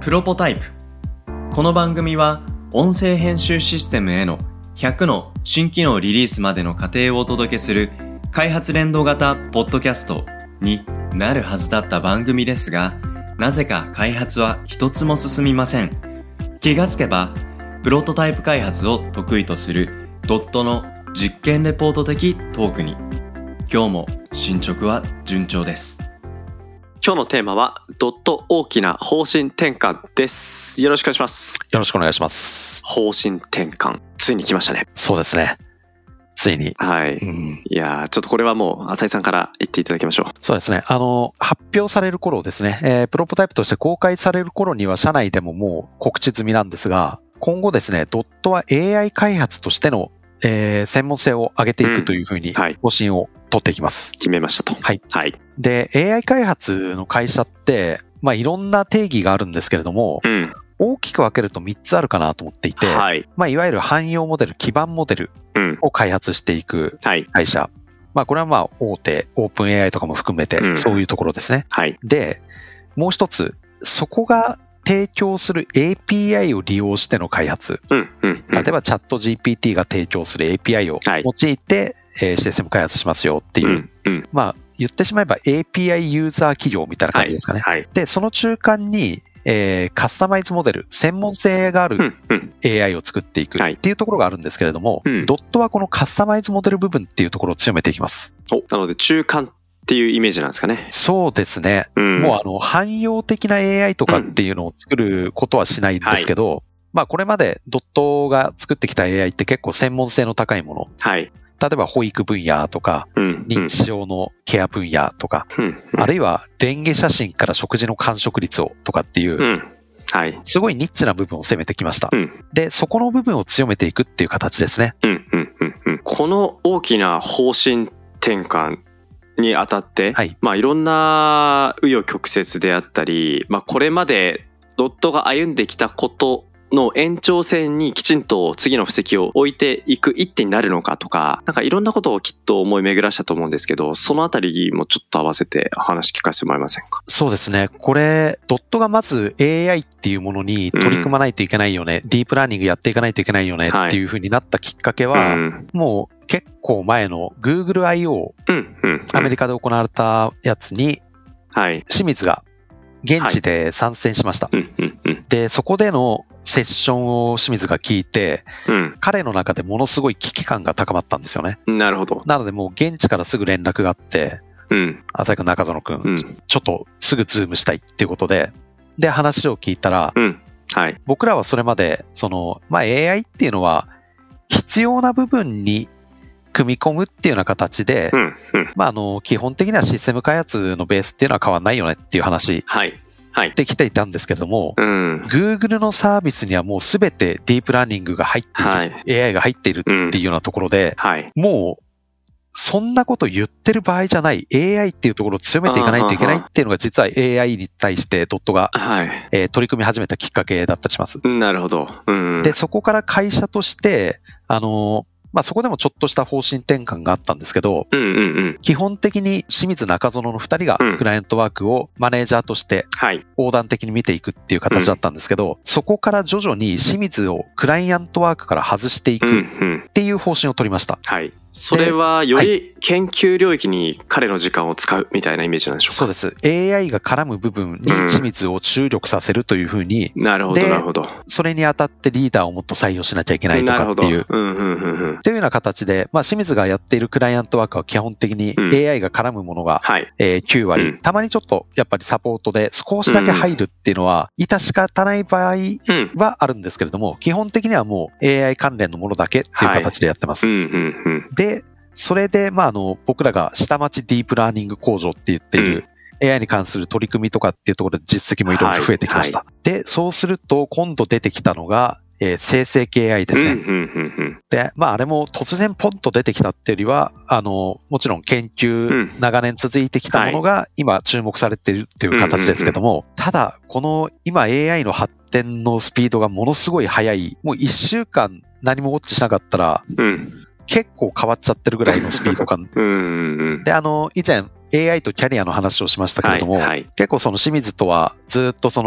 プロポタイプ。この番組は音声編集システムへの100の新機能リリースまでの過程をお届けする開発連動型ポッドキャストになるはずだった番組ですが、なぜか開発は一つも進みません。気がつけばプロトタイプ開発を得意とするドットの実験レポート的トークに、今日も進捗は順調です。 今日のテーマはドット大きな方針転換です。よろしくお願いします。 よろしくお願いします。 方針転換、ついに来ましたね。 そうですね。ついに。 はい。いやー、ちょっとこれはもう浅井さんから言っていただきましょう。 そうですね。発表される頃ですね、プロトタイプとして公開される頃には社内でももう告知済みなんですが、今後ですね、ドットは AI 開発としての、専門性を上げていくというふうに方針を取っていきます。 決めましたと。 はい。 はい。 で、AI 開発の会社って、いろんな定義があるんですけれども、大きく分けると3つあるかなと思っていて、 はい。 いわゆる汎用モデル、基盤モデルを開発していく会社。これは大手、オープン AI とかも含めて、そういうところですね。 はい。 で、もう一つ、そこが提供する API を利用しての開発。例えばチャット GPT が提供する API を用いて、システム開発しますよっていう。言ってしまえば API ユーザー企業みたいな感じですかね。で、その中間に、カスタマイズモデル、専門性がある AI を作っていくっていうところがあるんですけれども、ドットはこのカスタマイズモデル部分っていうところを強めていきます。 なので中間っていうイメージなんですかね。 そうですね。もう汎用的な AI とかっていうのを作ることはしないんですけど、これまでドットが作ってきた AI って結構専門性の高いもの。例えば保育分野とか、認知症のケア分野とか、あるいはレンゲ写真から食事の完食率をとかっていう、すごいニッチな部分を攻めてきました。で、そこの部分を強めていくっていう形ですね。 この大きな方針転換にあたって、いろんな紆余曲折であったり、これまでドットが歩んできたことの延長線にきちんと次の布石を置いていく一手になるのかとか、なんかいろんなことをきっと思い巡らしたと思うんですけど、そのあたりもちょっと合わせて話聞かせてもらえませんか？ そうですね。これ、ドットがまず AI っていうものに取り組まないといけないよね、ディープラーニングやっていかないといけないよねっていう風になったきっかけは、もう結構前の Google I.O. アメリカで行われたやつに、清水が現地で参戦しました。で、そこでのセッションを清水が聞いて、彼の中でものすごい危機感が高まったんですよね。 なるほど。 なのでもう現地からすぐ連絡があって、浅井くん、中園くん、ちょっとすぐズームしたいっていうことで、話を聞いたら、僕らはそれまで、AI っていうのは必要な部分に組み込むっていうような形で、基本的にはシステム開発のベースっていうのは変わんないよねっていう話できていたんですけども、Google のサービスにはもうすべてディープラーニングが入っている、AI が入っているっていうようなところで、もうそんなこと言ってる場合じゃない AI っていうところを強めていかないといけないっていうのが実は AI に対してドットが、取り組み始めたきっかけだったりします。 なるほど。 で、そこから会社として、そこでもちょっとした方針転換があったんですけど、基本的に清水中園の2人がクライアントワークをマネージャーとして横断的に見ていくっていう形だったんですけど、そこから徐々に清水をクライアントワークから外していくっていう方針を取りました。 それはより研究領域に彼の時間を使うみたいなイメージなんでしょうか？ そうです。AI が絡む部分に清水を注力させるというふうに。 なるほど、なるほど。 それにあたってリーダーをもっと採用しなきゃいけないとかっていう。というような形で、清水がやっているクライアントワークは基本的に AI が絡むものが9割。たまにちょっとやっぱりサポートで少しだけ入るっていうのは、致し方ない場合はあるんですけれども、基本的にはもう AI 関連のものだけっていう形でやってます。で、それで、僕らが下町ディープラーニング工場って言っている AI に関する取り組みとかっていうところで実績もいろいろ増えてきました。で、そうすると今度出てきたのが、生成系 AI ですね。で、あれも突然ポンと出てきたっていうよりは、もちろん研究長年続いてきたものが今注目されているっていう形ですけども、ただ、この今 AI の発展のスピードがものすごい速い、もう1週間何もウォッチしなかったら、結構変わっちゃってるぐらいのスピード感。で、以前 AI とキャリアの話をしましたけれども、結構その清水とはずっとその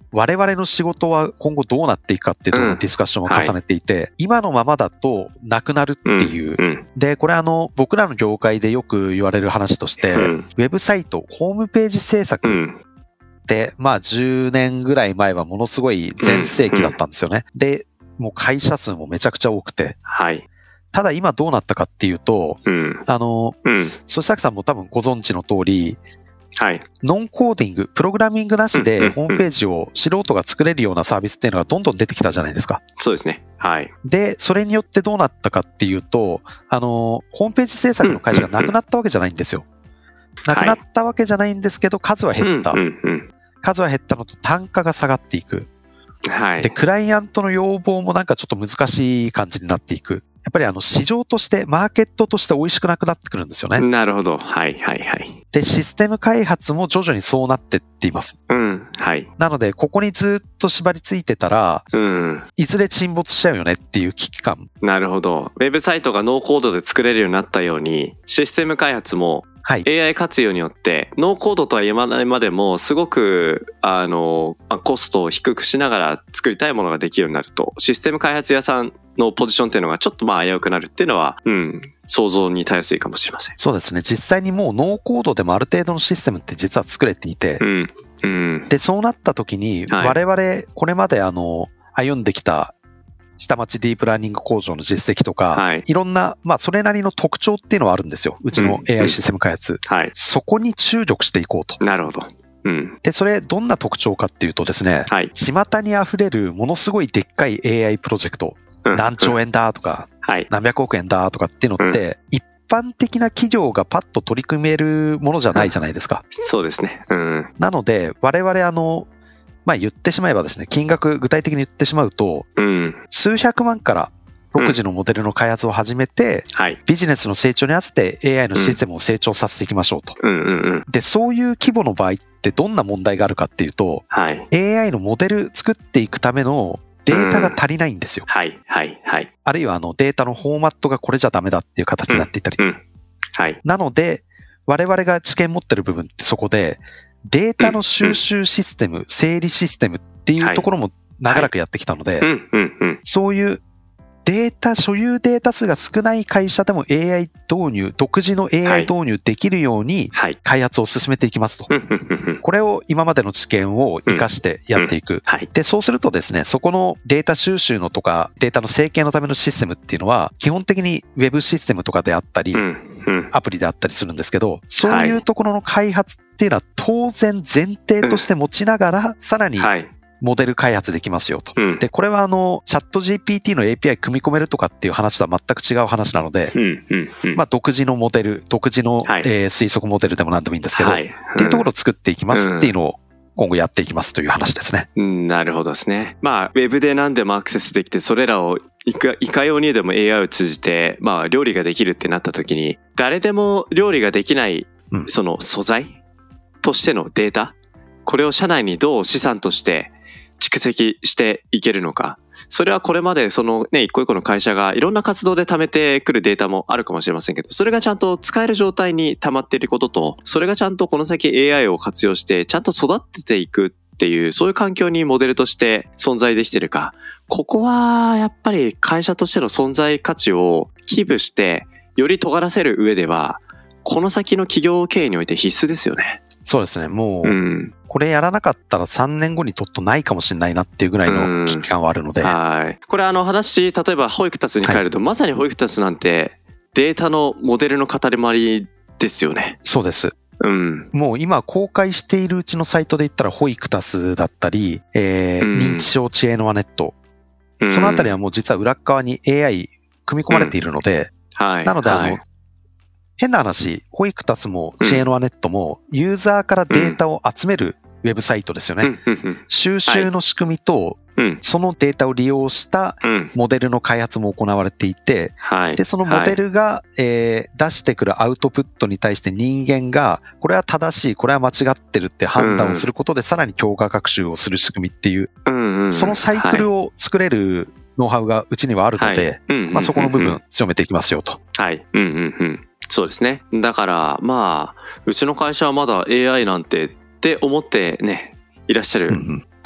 我々の仕事は今後どうなっていくかっていうところのディスカッションを重ねていて、今のままだとなくなるっていう。で、これ僕らの業界でよく言われる話として、ウェブサイト、ホームページ制作で、10年ぐらい前はものすごい全盛期だったんですよね。で、もう会社数もめちゃくちゃ多くて。ただ今どうなったかっていうと、そしたくさんも多分ご存知の通り、ノンコーディング、プログラミングなしでホームページを素人が作れるようなサービスっていうのがどんどん出てきたじゃないですか。 そうですね。 で、それによってどうなったかっていうと、ホームページ制作の会社がなくなったわけじゃないんですよ。なくなったわけじゃないんですけど、数は減った。数は減ったのと単価が下がっていく。で、クライアントの要望もなんかちょっと難しい感じになっていく。やっぱり市場として、マーケットとして美味しくなくなってくるんですよね。 なるほど。 で、システム開発も徐々にそうなってっています。なので、ここにずっと縛り付いてたら、いずれ沈没しちゃうよねっていう危機感。 なるほど。ウェブサイトがノーコードで作れるようになったように、システム開発もAI 活用によってノーコードとは言わないまでもすごくコストを低くしながら作りたいものができるようになると、システム開発屋さんのポジションっていうのがちょっと危うくなるっていうのは、想像にたやすいかもしれません。 そうですね。実際にもうノーコードでもある程度のシステムって実は作れていて、でそうなった時に我々これまで歩んできた下町ディープラーニング工場の実績とか、いろんな、それなりの特徴っていうのはあるんですよ。うちの AI システム開発。そこに注力していこうと。 なるほど。 で、それどんな特徴かっていうとですね、巷に溢れるものすごいでっかい AI プロジェクト、何兆円だとか、何百億円だとかっていうのって、一般的な企業がパッと取り組めるものじゃないじゃないですか。 そうですね。 なので、我々言ってしまえばですね、金額具体的に言ってしまうと、数百万から独自のモデルの開発を始めて、ビジネスの成長に合わせて AI のシステムを成長させていきましょうと。で、そういう規模の場合ってどんな問題があるかっていうと、AI のモデル作っていくためのデータが足りないんですよ。あるいはデータのフォーマットがこれじゃダメだっていう形になっていたり。なので、我々が知見持ってる部分ってそこで、データの収集システム、整理システムっていうところも長らくやってきたので、そういう所有データ数が少ない会社でも AI 導入、独自の AI 導入できるように開発を進めていきますと。これを今までの知見を活かしてやっていく。で、そうするとですね、そこのデータ収集のとか、データの整形のためのシステムっていうのは、基本的に Web システムとかであったり、アプリであったりするんですけど、そういうところの開発っていうのは当然前提として持ちながら、さらにモデル開発できますよと。で、これはチャット GPT の API 組み込めるとかっていう話とは全く違う話なので、独自のモデル、独自の推測モデルでも何でもいいんですけど、っていうところを作っていきますっていうのを今後やっていきますという話ですね。 なるほどですね。ウェブで何でもアクセスできて、それらをいかようにでも AI を通じて、料理ができるってなった時に、誰でも料理ができない、その素材としてのデータ、これを社内にどう資産として蓄積していけるのか。それはこれまで一個一個の会社がいろんな活動で貯めてくるデータもあるかもしれませんけど、それがちゃんと使える状態に溜まっていることと、それがちゃんとこの先 AI を活用してちゃんと育てていくっていう、そういう環境にモデルとして存在できているか。ここはやっぱり会社としての存在価値をキープしてより尖らせる上では、この先の企業経営において必須ですよね。 そうですね。もう、これやらなかったら3年後にとっとないかもしれないなっていうぐらいの危機感はあるので。 これ例えばホイクタスに変えると、まさにホイクタスなんてデータのモデルの塊ですよね。 そうです。もう今公開しているうちのサイトで言ったらホイクタスだったり、認知症知恵のワネット。そのあたりはもう実は裏側に AI 組み込まれているので、なので変な話、ホイクタスも知恵のワネットもユーザーからデータを集めるウェブサイトですよね。収集の仕組みと、そのデータを利用したモデルの開発も行われていて、で、そのモデルが、出してくるアウトプットに対して人間が、これは正しい、これは間違ってるって判断をすることで、さらに強化学習をする仕組みっていう、そのサイクルを作れるノウハウがうちにはあるので、そこの部分強めていきますよと。 そうですね。だからうちの会社はまだ AI なんてって思ってねいらっしゃる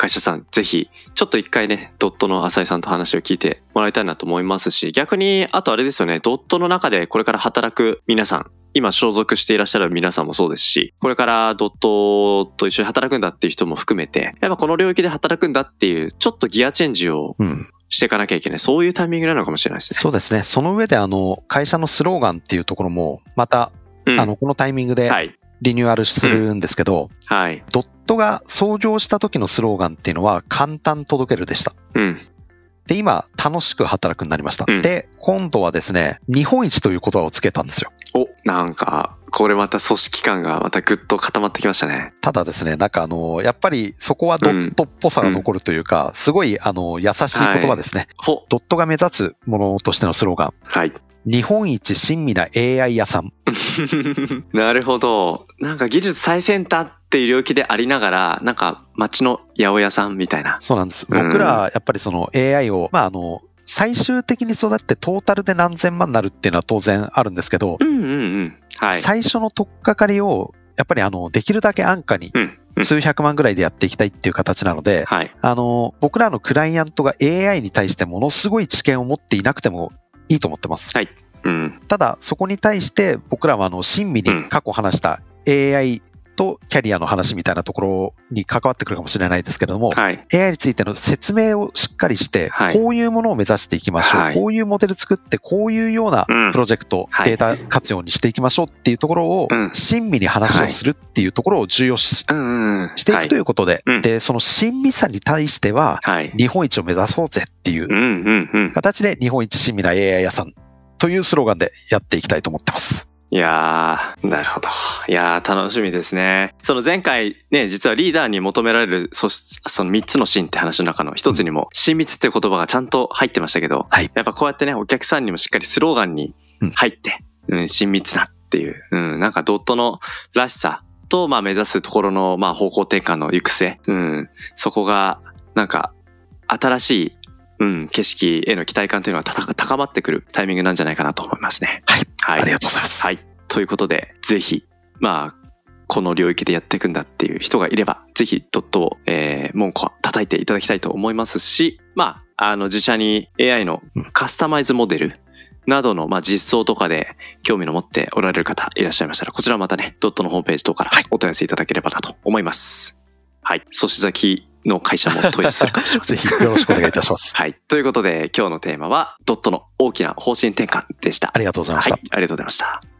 会社さん、ぜひ、ちょっと一回ね、ドットの浅井さんと話を聞いてもらいたいなと思いますし、逆に、あとあれですよね、ドットの中でこれから働く皆さん、今所属していらっしゃる皆さんもそうですし、これからドットと一緒に働くんだっていう人も含めて、やっぱこの領域で働くんだっていう、ちょっとギアチェンジをしていかなきゃいけない。そういうタイミングなのかもしれないですね。 そうですね。その上で会社のスローガンっていうところも、また、このタイミングでリニューアルするんですけど、 はい。 ドットが創業した時のスローガンっていうのは、簡単届けるでした。で、今、楽しく働くになりました。で、今度はですね、日本一という言葉をつけたんですよ。 なんか、これまた組織感がまたぐっと固まってきましたね。 ただですね、なんかやっぱりそこはドットっぽさが残るというか、すごい優しい言葉ですね。ドットが目指すものとしてのスローガン。 はい。 日本一親身な AI 屋さん。 なるほど。なんか技術最先端っていう領域でありながら、なんか街の八百屋さんみたいな。 そうなんです。僕ら、やっぱりその AI を、最終的に育ってトータルで何千万になるっていうのは当然あるんですけど、 はい、 最初の取っかかりを、やっぱりできるだけ安価に、数百万ぐらいでやっていきたいっていう形なので、 はい、 僕らのクライアントが AI に対してものすごい知見を持っていなくてもいいと思ってます。 はい。 ただ、そこに対して僕らは親身に過去話した AI とキャリアの話みたいなところに関わってくるかもしれないですけれども、 はい、 AI についての説明をしっかりして、こういうものを目指していきましょう、こういうモデル作って、こういうようなプロジェクト、データ活用にしていきましょうっていうところを、親身に話をするっていうところを重要視していくということで、で、その親身さに対しては、日本一を目指そうぜっていう形で、日本一親身な AI 屋さんというスローガンでやっていきたいと思ってます。 いやー、なるほど。いやー、楽しみですね。その前回ね、実はリーダーに求められる、その3つの芯って話の中の一つにも、親密っていう言葉がちゃんと入ってましたけど、やっぱこうやってね、お客さんにもしっかりスローガンに入って、親密なっていう、なんかドットのらしさと、目指すところの、方向転換の行く末、そこが、なんか、新しい、景色への期待感というのは高まってくるタイミングなんじゃないかなと思いますね。 はい。ありがとうございます。 はい。ということで、ぜひ、この領域でやっていくんだっていう人がいれば、ぜひドットを、門戸を叩いていただきたいと思いますし、自社に AI のカスタマイズモデルなどの、実装とかで興味の持っておられる方いらっしゃいましたら、こちらまたね、ドットのホームページ等からお問い合わせいただければなと思います。はい。粗志崎の会社も問い合わせするかもしれません。 ぜひよろしくお願いいたします。 はい。ということで、今日のテーマは、ドットの大きな方針転換でした。 ありがとうございました。 はい。ありがとうございました。